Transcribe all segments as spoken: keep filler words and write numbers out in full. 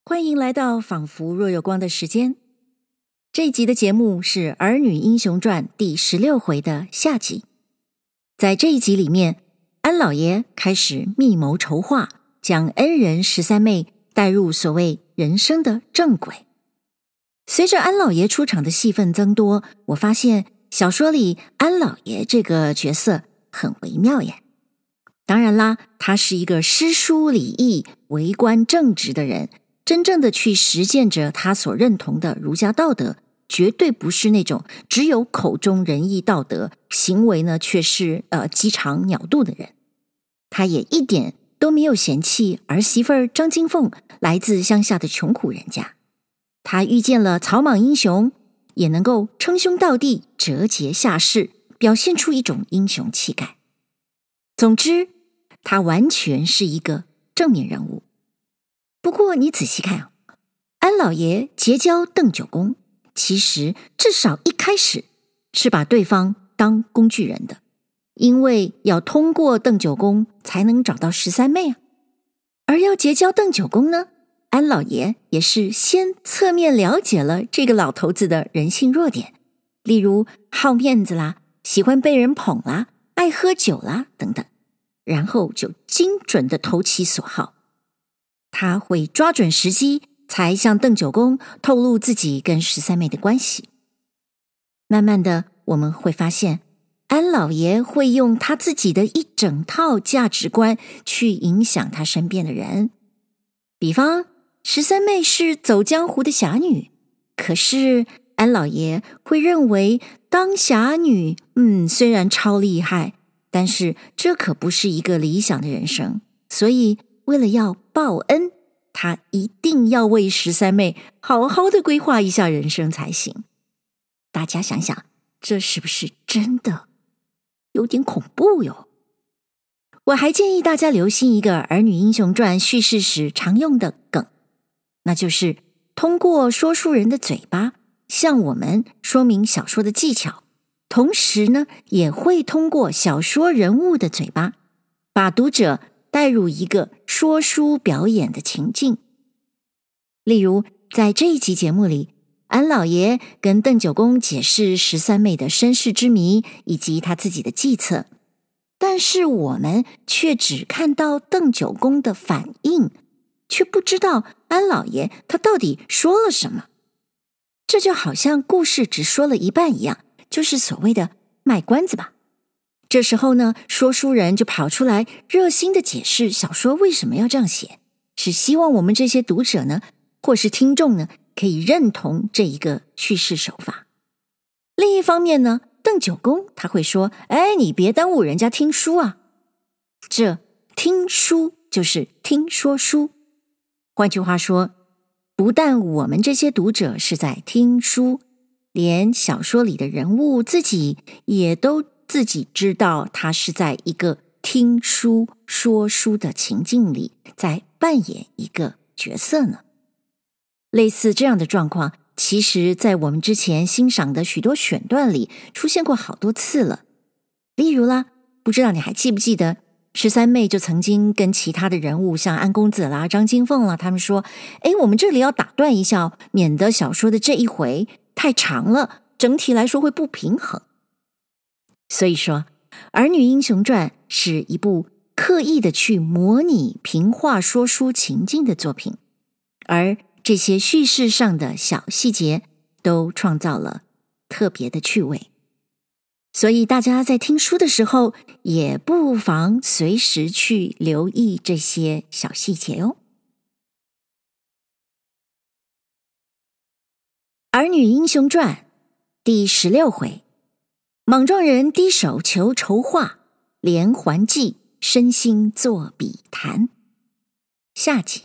欢迎来到仿佛若有光的时间。这一集的节目是《儿女英雄传》第十六回的下集。在这一集里面，安老爷开始密谋筹划，将恩人十三妹带入所谓人生的正轨。随着安老爷出场的戏份增多，我发现小说里安老爷这个角色很微妙耶。当然啦，他是一个诗书礼义、为官正直的人，真正的去实践着他所认同的儒家道德，绝对不是那种只有口中仁义道德，行为呢却是呃鸡肠鸟肚的人。他也一点都没有嫌弃儿媳妇张金凤来自乡下的穷苦人家。他遇见了草莽英雄，也能够称兄道弟，折节下士，表现出一种英雄气概。总之，他完全是一个正面人物。不过你仔细看啊，安老爷结交邓九公，其实至少一开始是把对方当工具人的，因为要通过邓九公才能找到十三妹啊。而要结交邓九公呢，安老爷也是先侧面了解了这个老头子的人性弱点，例如好面子啦，喜欢被人捧啦，爱喝酒啦等等，然后就精准的投其所好。他会抓准时机，才向邓九公透露自己跟十三妹的关系。慢慢的，我们会发现，安老爷会用他自己的一整套价值观去影响他身边的人。比方，十三妹是走江湖的侠女，可是安老爷会认为当侠女，嗯，虽然超厉害，但是这可不是一个理想的人生，所以为了要报恩，他一定要为十三妹好好的规划一下人生才行。大家想想，这是不是真的有点恐怖哟？我还建议大家留心一个《儿女英雄传》叙事时常用的梗，那就是通过说书人的嘴巴向我们说明小说的技巧，同时呢，也会通过小说人物的嘴巴把读者带入一个说书表演的情境。例如，在这一集节目里，安老爷跟邓九公解释十三妹的身世之谜以及他自己的计策，但是我们却只看到邓九公的反应，却不知道安老爷他到底说了什么。这就好像故事只说了一半一样，就是所谓的卖关子吧。这时候呢，说书人就跑出来热心的解释小说为什么要这样写，是希望我们这些读者呢，或是听众呢，可以认同这一个叙事手法。另一方面呢，邓九公他会说，哎，你别耽误人家听书啊。这听书就是听说书。换句话说，不但我们这些读者是在听书，连小说里的人物自己也都自己知道他是在一个听书说书的情境里在扮演一个角色呢。类似这样的状况，其实在我们之前欣赏的许多选段里出现过好多次了。例如啦，不知道你还记不记得十三妹就曾经跟其他的人物像安公子啦、张金凤啦，他们说，诶，我们这里要打断一下，免得小说的这一回太长了，整体来说会不平衡。所以说，《儿女英雄传》是一部刻意的去模拟评话说书情境的作品，而这些叙事上的小细节都创造了特别的趣味。所以大家在听书的时候，也不妨随时去留意这些小细节哦。《儿女英雄传》第十六回，莽撞人低手求筹划，连环计身心作笔谈。下集。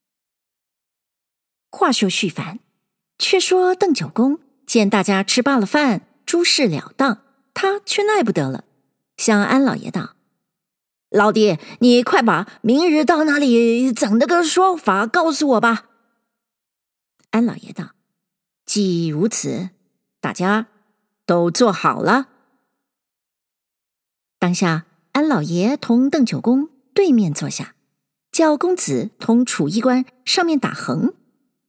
话说续繁，却说邓九公见大家吃罢了饭，诸事了当，他却耐不得了，向安老爷道，老爹，你快把明日到那里整的个说法告诉我吧。安老爷道，既如此，大家都做好了。当下安老爷同邓九公对面坐下，叫公子同楚衣官上面打横，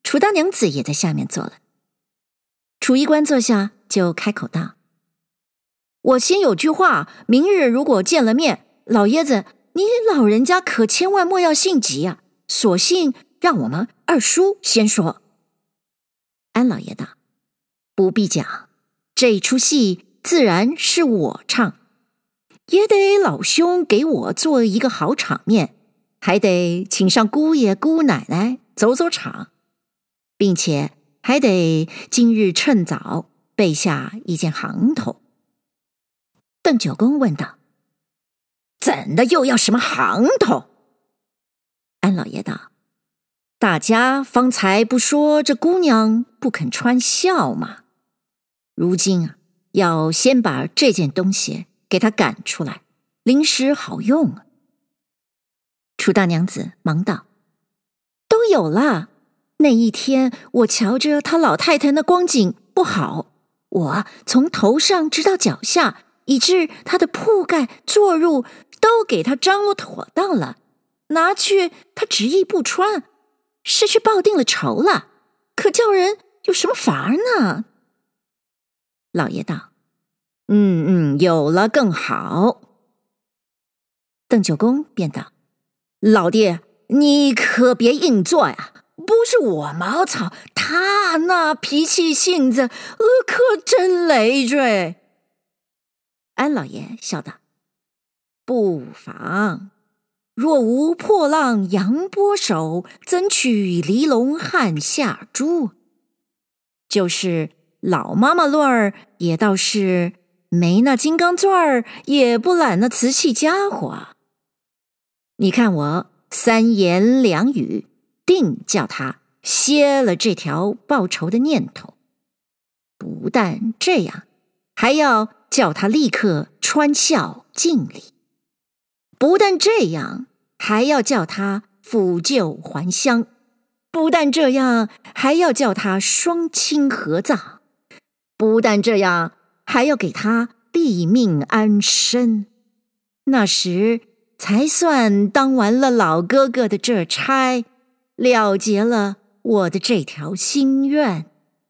楚大娘子也在下面坐了。楚衣官坐下就开口道：我先有句话，明日如果见了面，老爷子你老人家可千万莫要性急啊，索性让我们二叔先说。安老爷道：不必讲，这出戏自然是我唱，也得老兄给我做一个好场面，还得请上姑爷姑奶奶走走场，并且还得今日趁早备下一件行头。邓九公问道：怎的又要什么行头？安老爷道：大家方才不说这姑娘不肯穿孝吗？如今啊，要先把这件东西给她赶出来，临时好用啊。楚大娘子忙道：都有了，那一天我瞧着她老太太那光景不好，我从头上直到脚下，以致她的铺盖坐褥都给她张罗妥当了，拿去她执意不穿，是去抱定了仇了，可叫人有什么法儿呢？老爷道：嗯嗯，有了更好。邓九公便道：老爹，你可别硬做呀，不是我毛草，他那脾气性子，呃，可真累赘。安老爷笑道：不妨，若无破浪扬波手，怎取离笼汉下珠？就是老妈妈论儿，也倒是没那金刚钻儿，也不揽那瓷器家伙。你看我三言两语，定叫他歇了这条报仇的念头。不但这样，还要叫他立刻穿孝敬礼。不但这样，还要叫他抚旧还乡。不但这样，还要叫他双亲合葬。不但这样，还要给他立命安身。那时才算当完了老哥哥的这差，了结了我的这条心愿。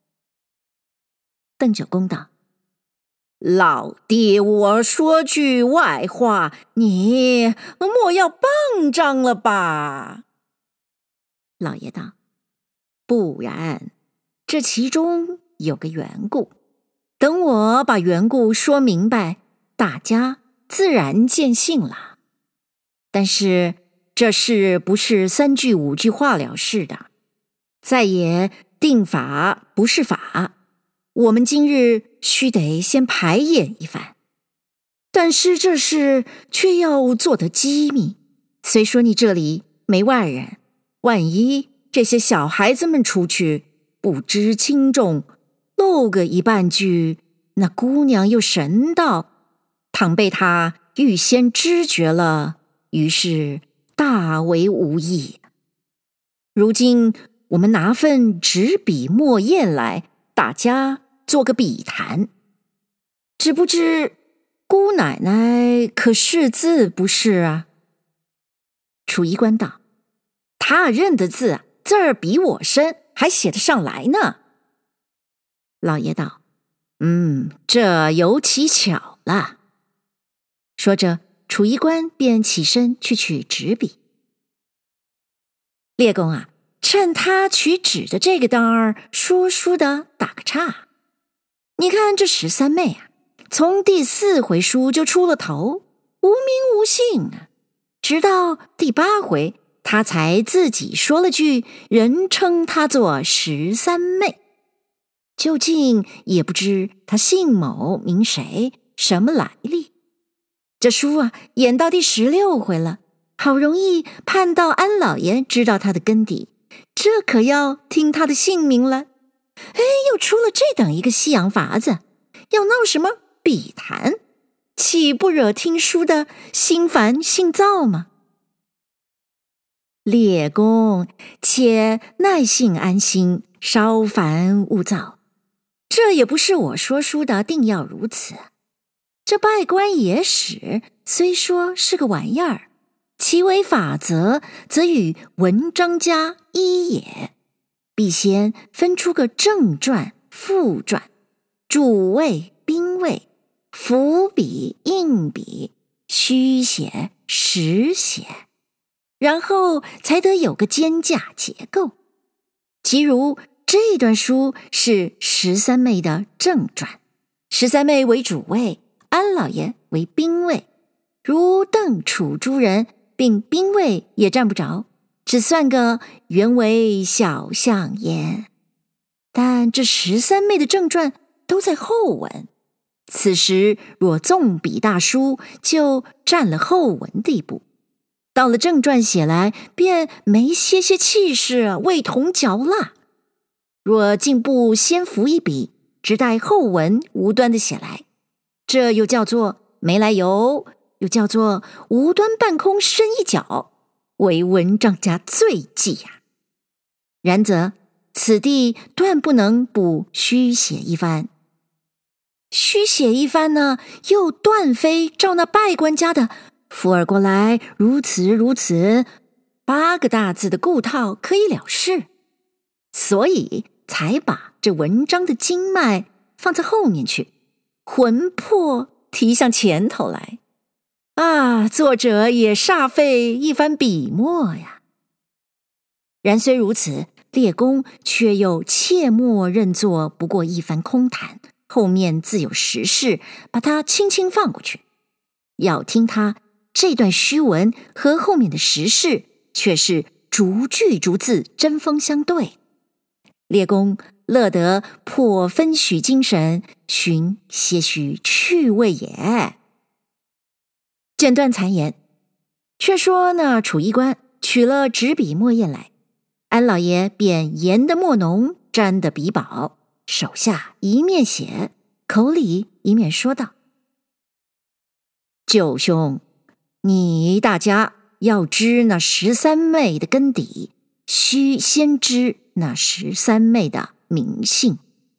邓九公道：老爹，我说句外话，你莫要谤仗了吧？老爷道：不然，这其中有个缘故，等我把缘故说明白，大家自然见信了。但是这事不是三句五句话了事的，再也定法不是法，我们今日须得先排演一番。但是这事却要做得机密，虽说你这里没外人，万一这些小孩子们出去不知轻重，漏个一半句，那姑娘又神道，倘被他预先知觉了，于是大为无益。如今我们拿份纸笔墨砚来，大家做个笔谈。只不知姑奶奶可识字不是啊？楚衣官道：他认得字，字儿比我深，还写得上来呢。老爷道：嗯，这尤其巧了。说着，楚衣官便起身去取纸笔。列公啊，趁他取纸的这个当儿，说书的打个岔。你看这十三妹啊，从第四回书就出了头，无名无姓啊，直到第八回，他才自己说了句，人称她做十三妹。究竟也不知他姓某名谁，什么来历。这书啊，演到第十六回了，好容易盼到安老爷知道他的根底，这可要听他的姓名了。哎，又出了这等一个西洋法子，要闹什么笔谈，岂不惹听书的心烦性躁吗？列公，且耐性安心，稍烦勿躁。这也不是我说书的定要如此。这拜官野史虽说是个玩意儿，其为法则，则与文章家一也。 必先分出个正传、副传、主谓、宾谓、伏笔、应笔、虚写、实写，然后才得有个间架结构。即如这段书是十三妹的正传，十三妹为主谓，安老爷为宾谓，如邓楚诸人并宾谓也占不着，只算个原为小项焉。但这十三妹的正传都在后文，此时若纵笔大书，就占了后文的一步，到了正传写来，便没些些气势，味同嚼蜡。若进步先伏一笔，只待后文无端的写来，这又叫做没来由，又叫做无端半空伸一脚，为文章家罪忌呀、啊。然则此地断不能不虚写一番，虚写一番呢，又断非照那拜官家的扶儿过来如此如此八个大字的固套可以了事，所以才把这文章的经脉放在后面去，魂魄提向前头来啊！作者也煞费一番笔墨呀。然虽如此，列公却又切莫认作不过一番空谈，后面自有实事，把它轻轻放过去。要听他这段虚文和后面的实事，却是逐句逐字针锋相对。列公乐得颇分许精神，寻些许趣味也。简断残言，却说那楚衣官取了纸笔墨砚来，安老爷便研得墨浓，沾得笔饱，手下一面写，口里一面说道：舅兄，你大家要知那十三妹的根底，须先知那十三妹的名姓。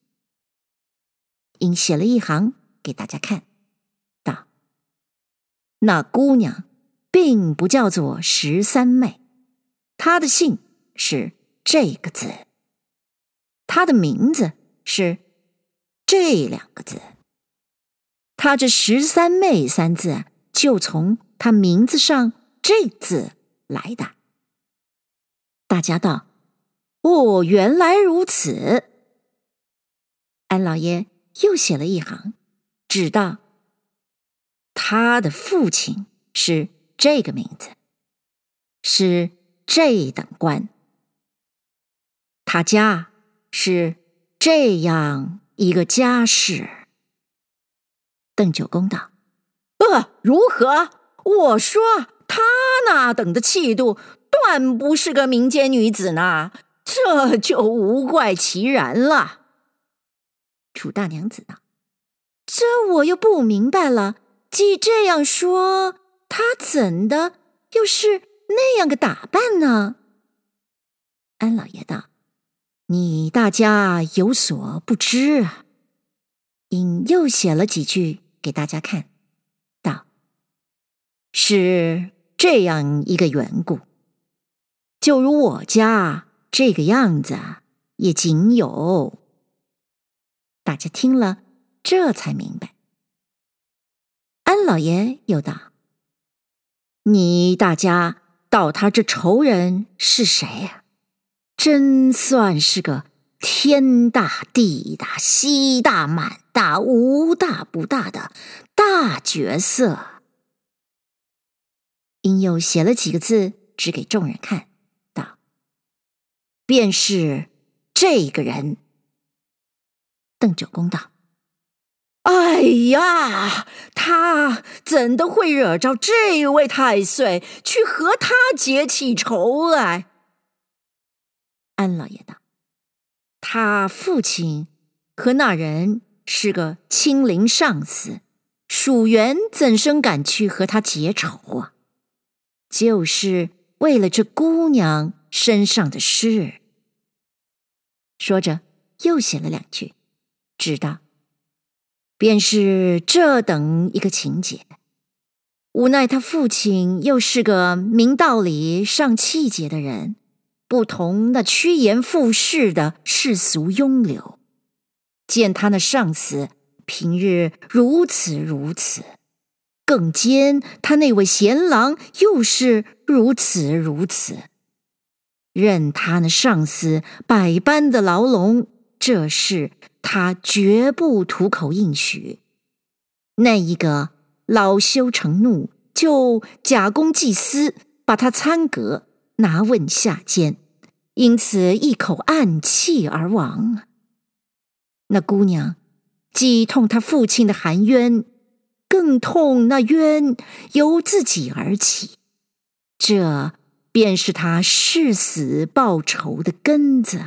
因写了一行给大家看，道：那姑娘并不叫做十三妹，她的姓是这个字，她的名字是这两个字，她这十三妹三字就从她名字上这字来的。大家道：哦，原来如此。安老爷又写了一行，指道：他的父亲是这个名字，是这等官，他家是这样一个家世。邓九公道：呃，如何？我说他那等的气度，断不是个民间女子呢，这就无怪其然了。楚大娘子道：这我又不明白了，既这样说，她怎的又是那样个打扮呢？安老爷道：你大家有所不知啊。因又写了几句给大家看，道：是这样一个缘故，就如我家这个样子也仅有。大家听了这才明白。安老爷又道：你大家道他这仇人是谁呀、啊？真算是个天大地大西大满大无大不大的大角色。因又写了几个字指给众人看，道：便是这个人。邓九公道：哎呀，他怎的会惹着这位太岁去和他结起仇来？安老爷道：他父亲和那人是个亲邻上司，属员怎生敢去和他结仇啊？就是为了这姑娘身上的事。说着又写了两句，知道便是这等一个情节。无奈他父亲又是个明道理上气节的人， 不同那趋炎附势的世俗庸流。见他那上司平日如此如此，更兼他那位贤郎又是如此如此，任他那上司百般的牢笼，这事他绝不吐口应许。那一个恼羞成怒，就假公济私，把他参革，拿问下监，因此一口暗气而亡。那姑娘既痛他父亲的含冤，更痛那冤由自己而起，这便是他誓死报仇的根子。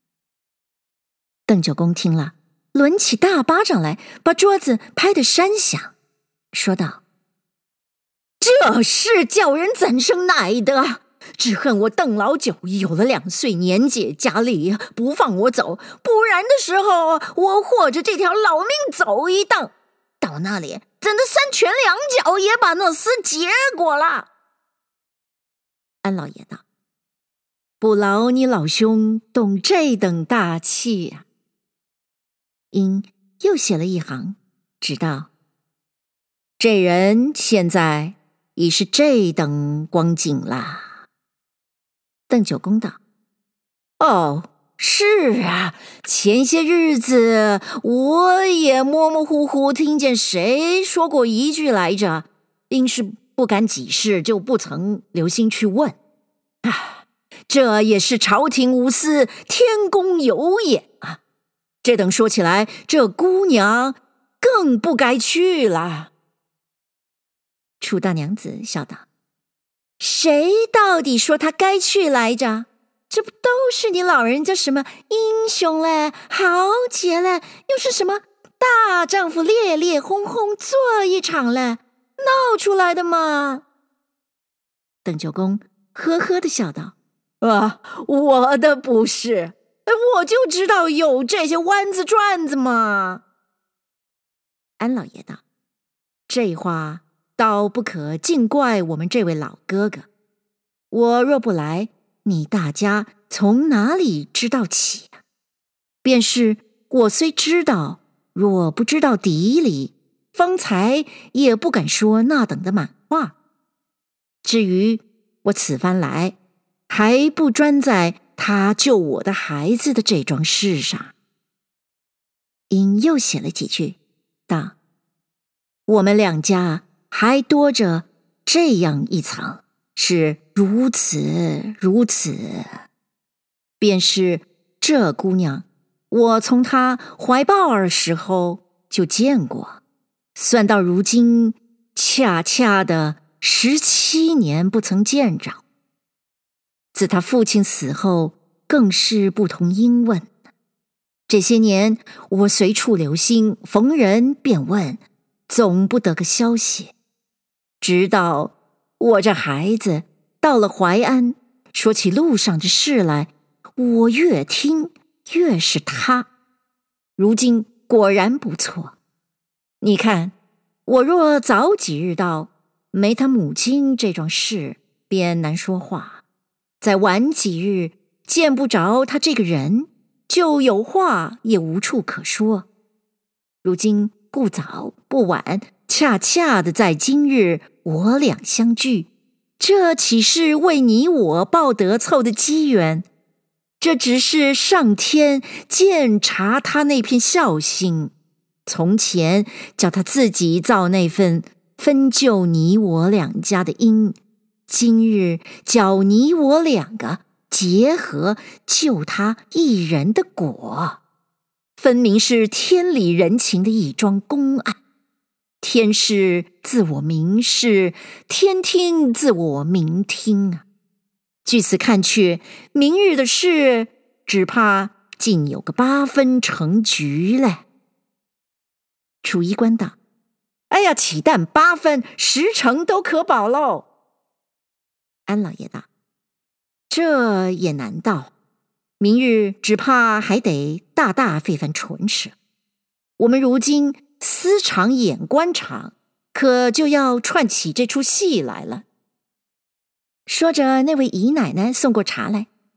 邓九公听了，抡起大巴掌来，把桌子拍得山响，说道：这事叫人怎生耐得？只恨我邓老九有了两岁年纪，家里不放我走，不然的时候，我或者这条老命走一趟，到那里怎的三拳两脚也把那厮结果了。安老爷道：不劳你老兄动这等大气呀、啊。因又写了一行，只道：这人现在已是这等光景啦。邓九公道：哦，是啊，前些日子我也模模糊糊听见谁说过一句来着，因是不敢几事，就不曾留心去问。啊，这也是朝廷无私，天公有眼啊！这等说起来，这姑娘更不该去了。楚大娘子笑道：谁到底说他该去来着？这不都是你老人家什么英雄嘞、豪杰嘞，又是什么大丈夫烈烈轰轰做一场嘞，闹出来的吗？邓九公呵呵地笑道：啊，我的不是，我就知道有这些弯子转子嘛。安老爷道：这话倒不可尽怪我们这位老哥哥，我若不来，你大家从哪里知道起啊？便是我虽知道，若不知道底里，方才也不敢说那等的满话。至于我此番来，还不专在他救我的孩子的这桩事上。因又写了几句，道：我们两家还多着这样一层，是如此如此。便是这姑娘，我从她怀抱儿时候就见过，算到如今恰恰的十七年不曾见着。自她父亲死后，更是不同音问。这些年我随处留心，逢人便问，总不得个消息。直到我这孩子到了淮安，说起路上的事来，我越听越是他。如今果然不错。你看，我若早几日到，没他母亲这桩事，便难说话；再晚几日，见不着他这个人，就有话也无处可说。如今不早不晚，恰恰的在今日，我俩相聚，这岂是为你我报得凑的机缘？这只是上天鉴察他那片孝心，从前叫他自己造那份分救你我两家的因，今日叫你我两个结合救他一人的果，分明是天理人情的一桩公案。天视自我明视，天听自我明听啊！据此看去，明日的事只怕竟有个八分成局嘞。楚衣官道：哎呀，岂但八分，十成都可保喽。安老爷道：这也难道，明日只怕还得大大费番唇舌。我们如今私场演官场，可就要串起这出戏来了。说着，那位姨奶奶送过茶来，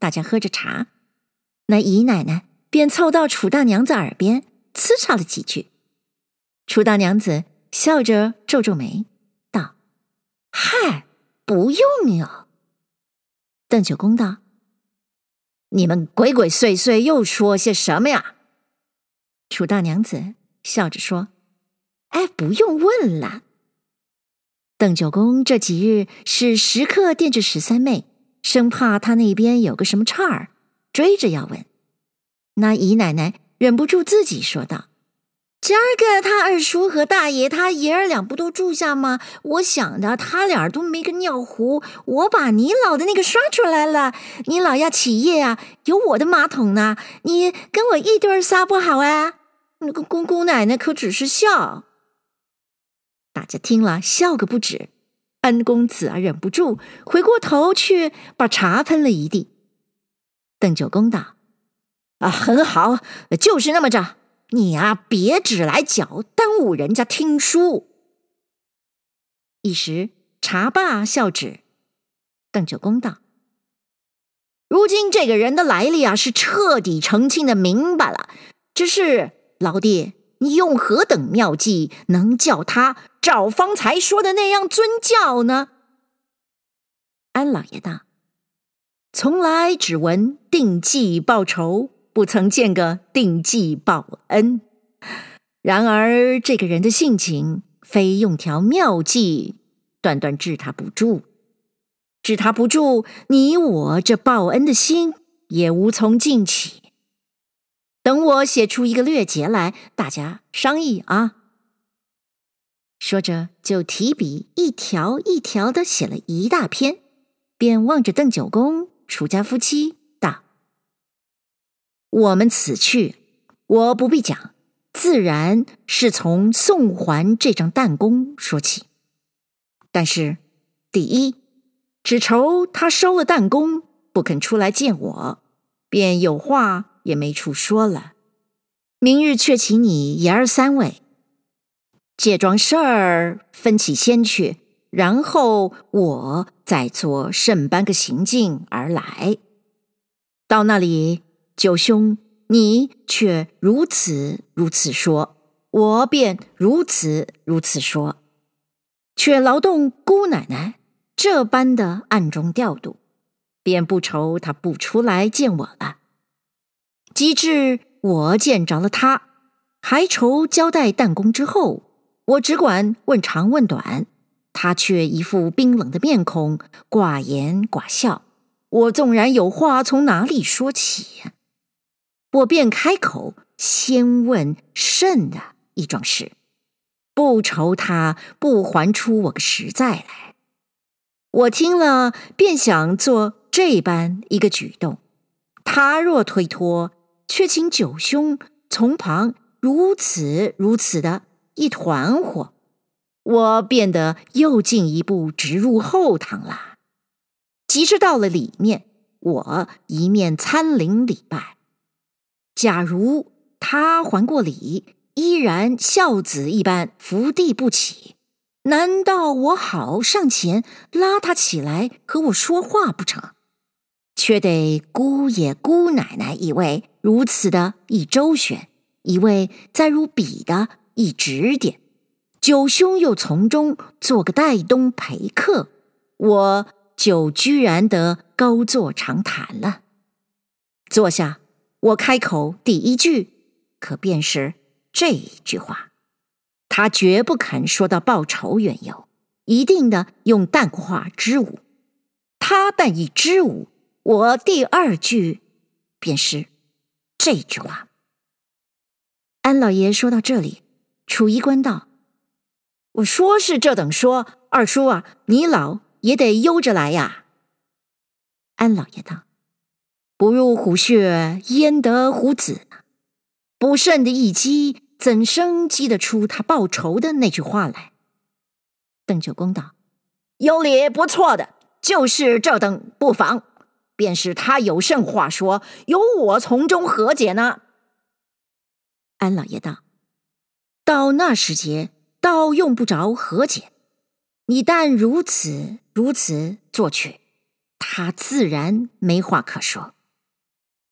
大家喝着茶。那姨奶奶便凑到楚大娘子耳边呲嚓了几句。楚大娘子笑着皱皱眉，道：“嗨，不用哟。”邓九公道：“你们鬼鬼祟祟又说些什么呀？”楚大娘子笑着说：“哎，不用问了。”邓九公这几日是时刻惦着十三妹，生怕她那边有个什么岔儿，追着要问。那姨奶奶忍不住自己说道：“今儿个他二叔和大爷他爷儿俩不都住下吗？我想的他俩都没个尿壶，我把你老的那个刷出来了。你老要起夜啊，有我的马桶呢，你跟我一对儿撒不好啊？”那个姑姑奶奶可只是笑。大家听了笑个不止，安公子啊忍不住回过头去把茶喷了一地。邓九公道：“啊，很好，就是那么着。你啊，别只来搅，耽误人家听书。”一时茶罢笑止。邓九公道：“如今这个人的来历啊，是彻底澄清的明白了。只是老弟，你用何等妙计，能叫他照方才说的那样尊教呢？”安老爷道：“从来只闻定计报仇，不曾见个定计报恩。然而这个人的性情，非用条妙计，断断治他不住。治他不住，你我这报恩的心也无从尽起。等我写出一个略节来，大家商议啊。”说着就提笔一条一条的写了一大篇，便望着邓九公楚家夫妻道：“我们此去，我不必讲，自然是从送还这张弹弓说起。但是第一，只愁他收了弹弓，不肯出来见我，便有话也没处说了。明日却请你爷儿三位，这桩事儿分起先去，然后我再做甚般个行径而来。到那里，九兄你却如此如此说，我便如此如此说，却劳动姑奶奶这般的暗中调度，便不愁他不出来见我了。及至我见着了他，还愁交代弹弓之后，我只管问长问短，他却一副冰冷的面孔，寡言寡笑。我纵然有话从哪里说起呀？我便开口先问甚的一桩事，不愁他不还出我个实在来。我听了便想做这般一个举动，他若推脱，却请九兄从旁如此如此的一团伙，我变得又进一步直入后堂了。即是到了里面，我一面参领礼拜，假如他还过礼，依然孝子一般伏地不起，难道我好上前拉他起来和我说话不成？却得姑爷姑奶奶一位如此的一周旋，一位再如彼的一指点，九兄又从中做个带东陪客，我就居然得高坐长谈了。坐下，我开口第一句，可便是这一句话，他绝不肯说到报仇缘由，一定的用淡化支吾。他但一支吾，我第二句便是这句话。安老爷说到这里，楚衣官道：“我说是这等说，二叔啊，你老也得悠着来呀。”安老爷道：“不入虎穴，焉得虎子呢？不慎的一击，怎生击得出他报仇的那句话来？”邓九公道：“有理不错的，就是这等不妨。便是他有甚话说，由我从中和解呢。”安老爷道：“到那时节，倒用不着和解，你但如此如此做去，他自然没话可说。”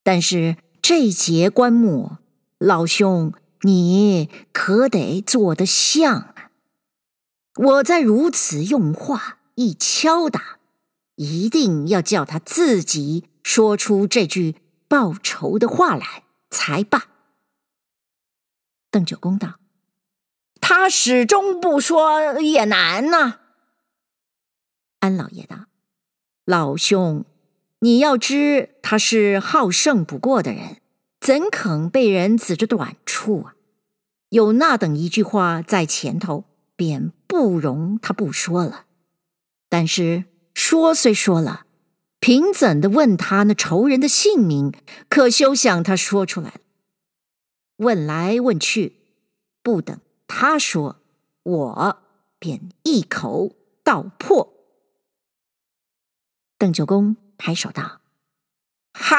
但是这节棺木，老兄你可得做得像啊！我再如此用话一敲打，一定要叫他自己说出这句报仇的话来才罢。”邓九公道：“他始终不说也难呐。”安老爷道：“老兄，你要知他是好胜不过的人，怎肯被人指着短处啊？有那等一句话在前头，便不容他不说了。但是说虽说了，凭怎的问他那仇人的姓名，可休想他说出来了。问来问去，不等他说，我便一口道破。”邓九公拍手道：“好！”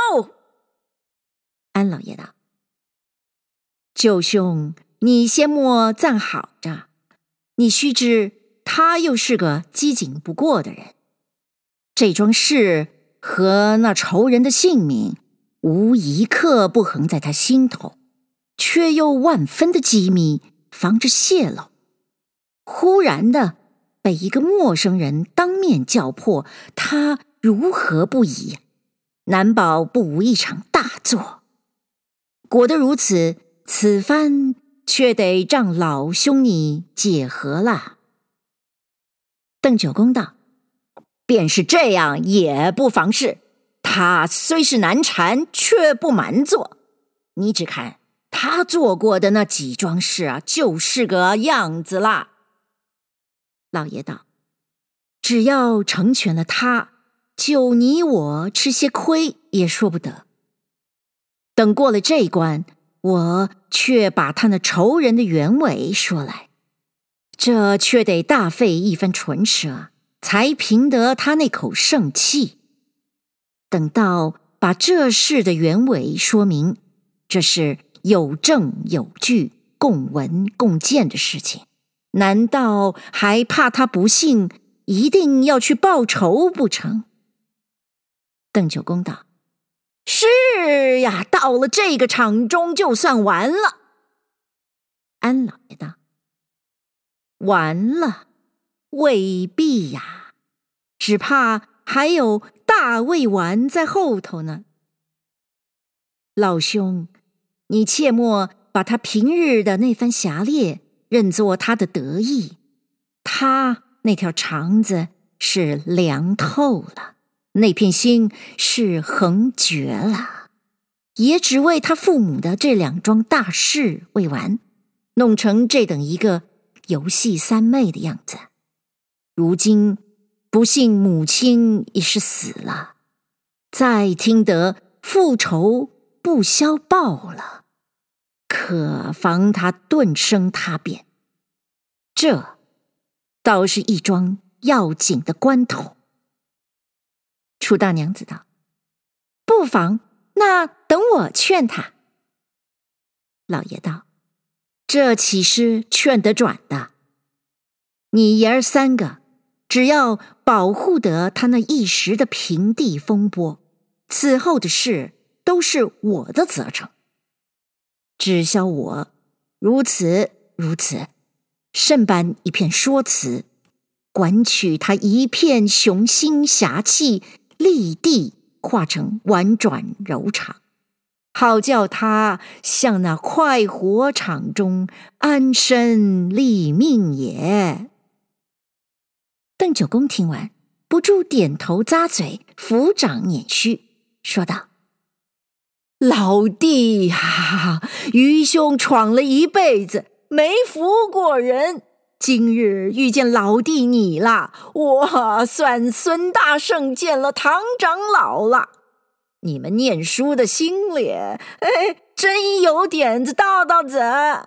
安老爷道：“舅兄，你先莫暂好着，你须知他又是个机警不过的人，这桩事和那仇人的性命无一刻不横在他心头，却又万分的机密，防着泄露。忽然的被一个陌生人当面叫破，他如何不疑？难保不无一场大作。果得如此，此番却得让老兄你解和了。”邓九公道：“便是这样也不妨事。他虽是难缠，却不瞒做。你只看他做过的那几桩事啊，就是个样子啦。”老爷道：“只要成全了他，就你我吃些亏也说不得。等过了这一关，我却把他那仇人的原委说来，这却得大费一番唇舌，才凭得他那口盛气。等到把这事的原委说明，这是有证有据、共闻共见的事情，难道还怕他不信，一定要去报仇不成？”邓九公道：“是呀，到了这个场中就算完了。”安老爷道：“完了，未必呀，只怕还有大未完在后头呢。老兄，你切莫把他平日的那番侠烈认作他的得意，他那条肠子是凉透了，那片心是横绝了，也只为他父母的这两桩大事未完，弄成这等一个游戏三昧的样子。如今不幸母亲已是死了，再听得复仇不消报了，可防他顿生他变，这倒是一桩要紧的关头。”楚大娘子道：“不妨，那等我劝他。”老爷道：“这岂是劝得转的？你爷儿三个只要保护得他那一时的平地风波，此后的事都是我的责成。只消我如此如此，甚般一片说辞，管取他一片雄心侠气，立地化成婉转柔肠，好叫他向那快火场中安身立命也。”邓九公听完，不住点头咂嘴，抚掌捻须，说道：“老弟呀，愚兄闯了一辈子，没服过人，今日遇见老弟你了，我算孙大圣见了唐长老了。你们念书的心里，哎，真有点子道道子。”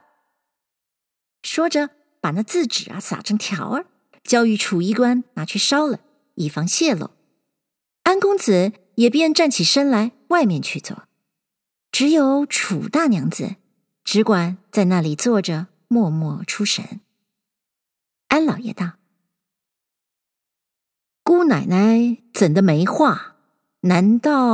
说着，把那字纸啊撒成条儿，交与楚衣官拿去烧了，以防泄露。安公子也便站起身来，外面去做。只有楚大娘子只管在那里坐着，默默出神。安老爷道：“姑奶奶怎的没话？难道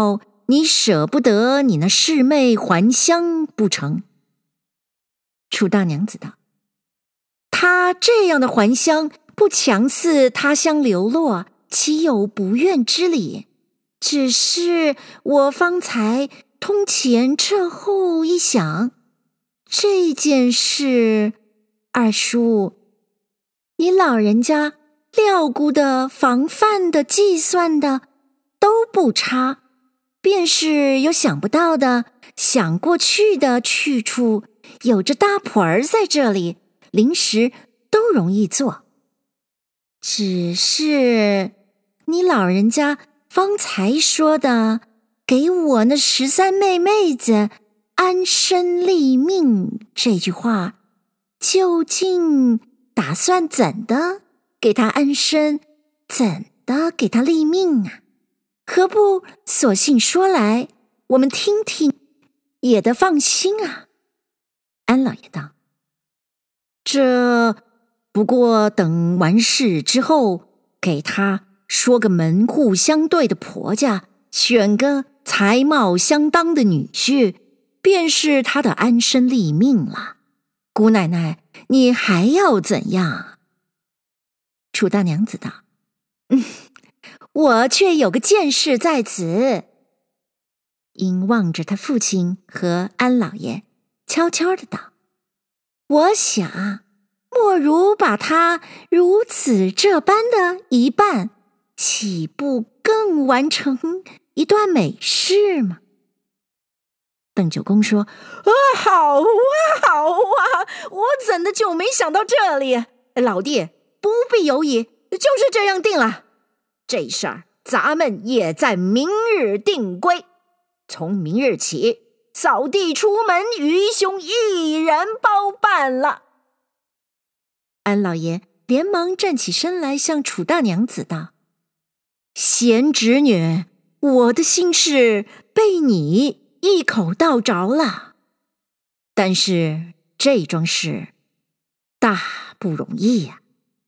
你舍不得你那侍妹还乡不成？”楚大娘子道：“她这样的还乡，不强似他乡流落，岂有不愿之理？只是我方才通前撤后一想，这件事，二叔，你老人家料估的、防范的、计算的都不差，便是有想不到的、想过去的去处，有着大谱儿在这里，临时都容易做。只是你老人家方才说的，给我那十三妹妹子安身立命这句话，究竟打算怎的给她安身，怎的给她立命啊？何不索性说来，我们听听，也得放心啊。”安老爷道：“这不过等完事之后，给她说个门户相对的婆家，选个才貌相当的女婿，便是她的安身立命了。姑奶奶，你还要怎样？”楚大娘子道：“嗯，我却有个见识在此。”因望着他父亲和安老爷，悄悄的道：“我想，莫如把他如此这般的一办，岂不更完成一段美事吗？”邓九公说：“啊，好啊，好啊，我怎的就没想到这里？老弟，不必犹疑，就是这样定了。这事儿咱们也在明日定规，从明日起，扫地出门，愚兄一人包办了。”安老爷连忙站起身来，向楚大娘子道：“贤侄女，我的心事被你一口道着了，但是这桩事大不容易呀。”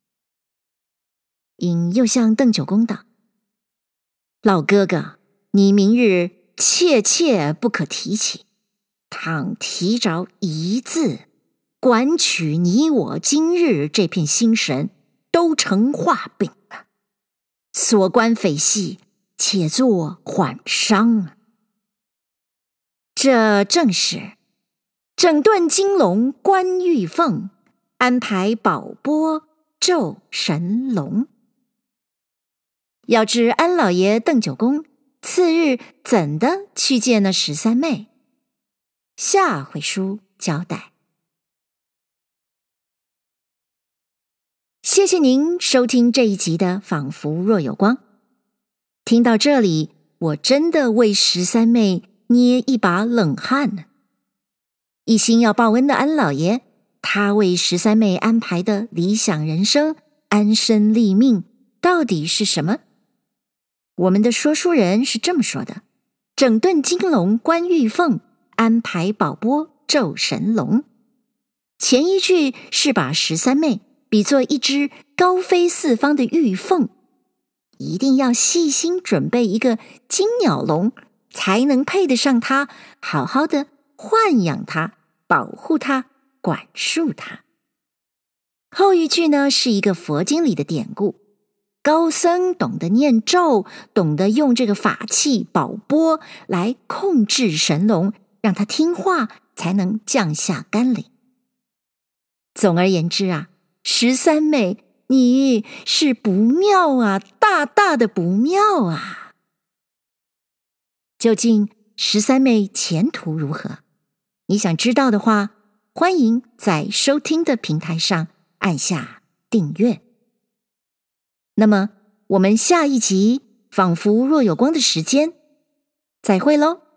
因又向邓九公道：“老哥哥，你明日切切不可提起，倘提着一字，管取你我今日这片心神都成画饼了，所关匪隙，且作缓伤啊。这正是整顿金龙关玉凤，安排宝波咒神龙。”要知安老爷邓九公次日怎的去见那十三妹，下回书交代。谢谢您收听这一集的《仿佛若有光》。听到这里，我真的为十三妹捏一把冷汗呢。一心要报恩的安老爷，他为十三妹安排的理想人生、安身立命，到底是什么？我们的说书人是这么说的：整顿金龙关玉凤，安排宝波咒神龙。前一句是把十三妹比作一只高飞四方的玉凤，一定要细心准备一个金鸟笼，才能配得上它，好好的豢养它，保护它，管束它。后一句呢，是一个佛经里的典故，高僧懂得念咒，懂得用这个法器宝钵来控制神龙，让它听话，才能降下甘霖。总而言之啊，十三妹，你是不妙啊，大大的不妙啊！究竟十三妹前途如何？你想知道的话，欢迎在收听的平台上按下订阅。那么，我们下一集仿佛若有光的时间，再会喽。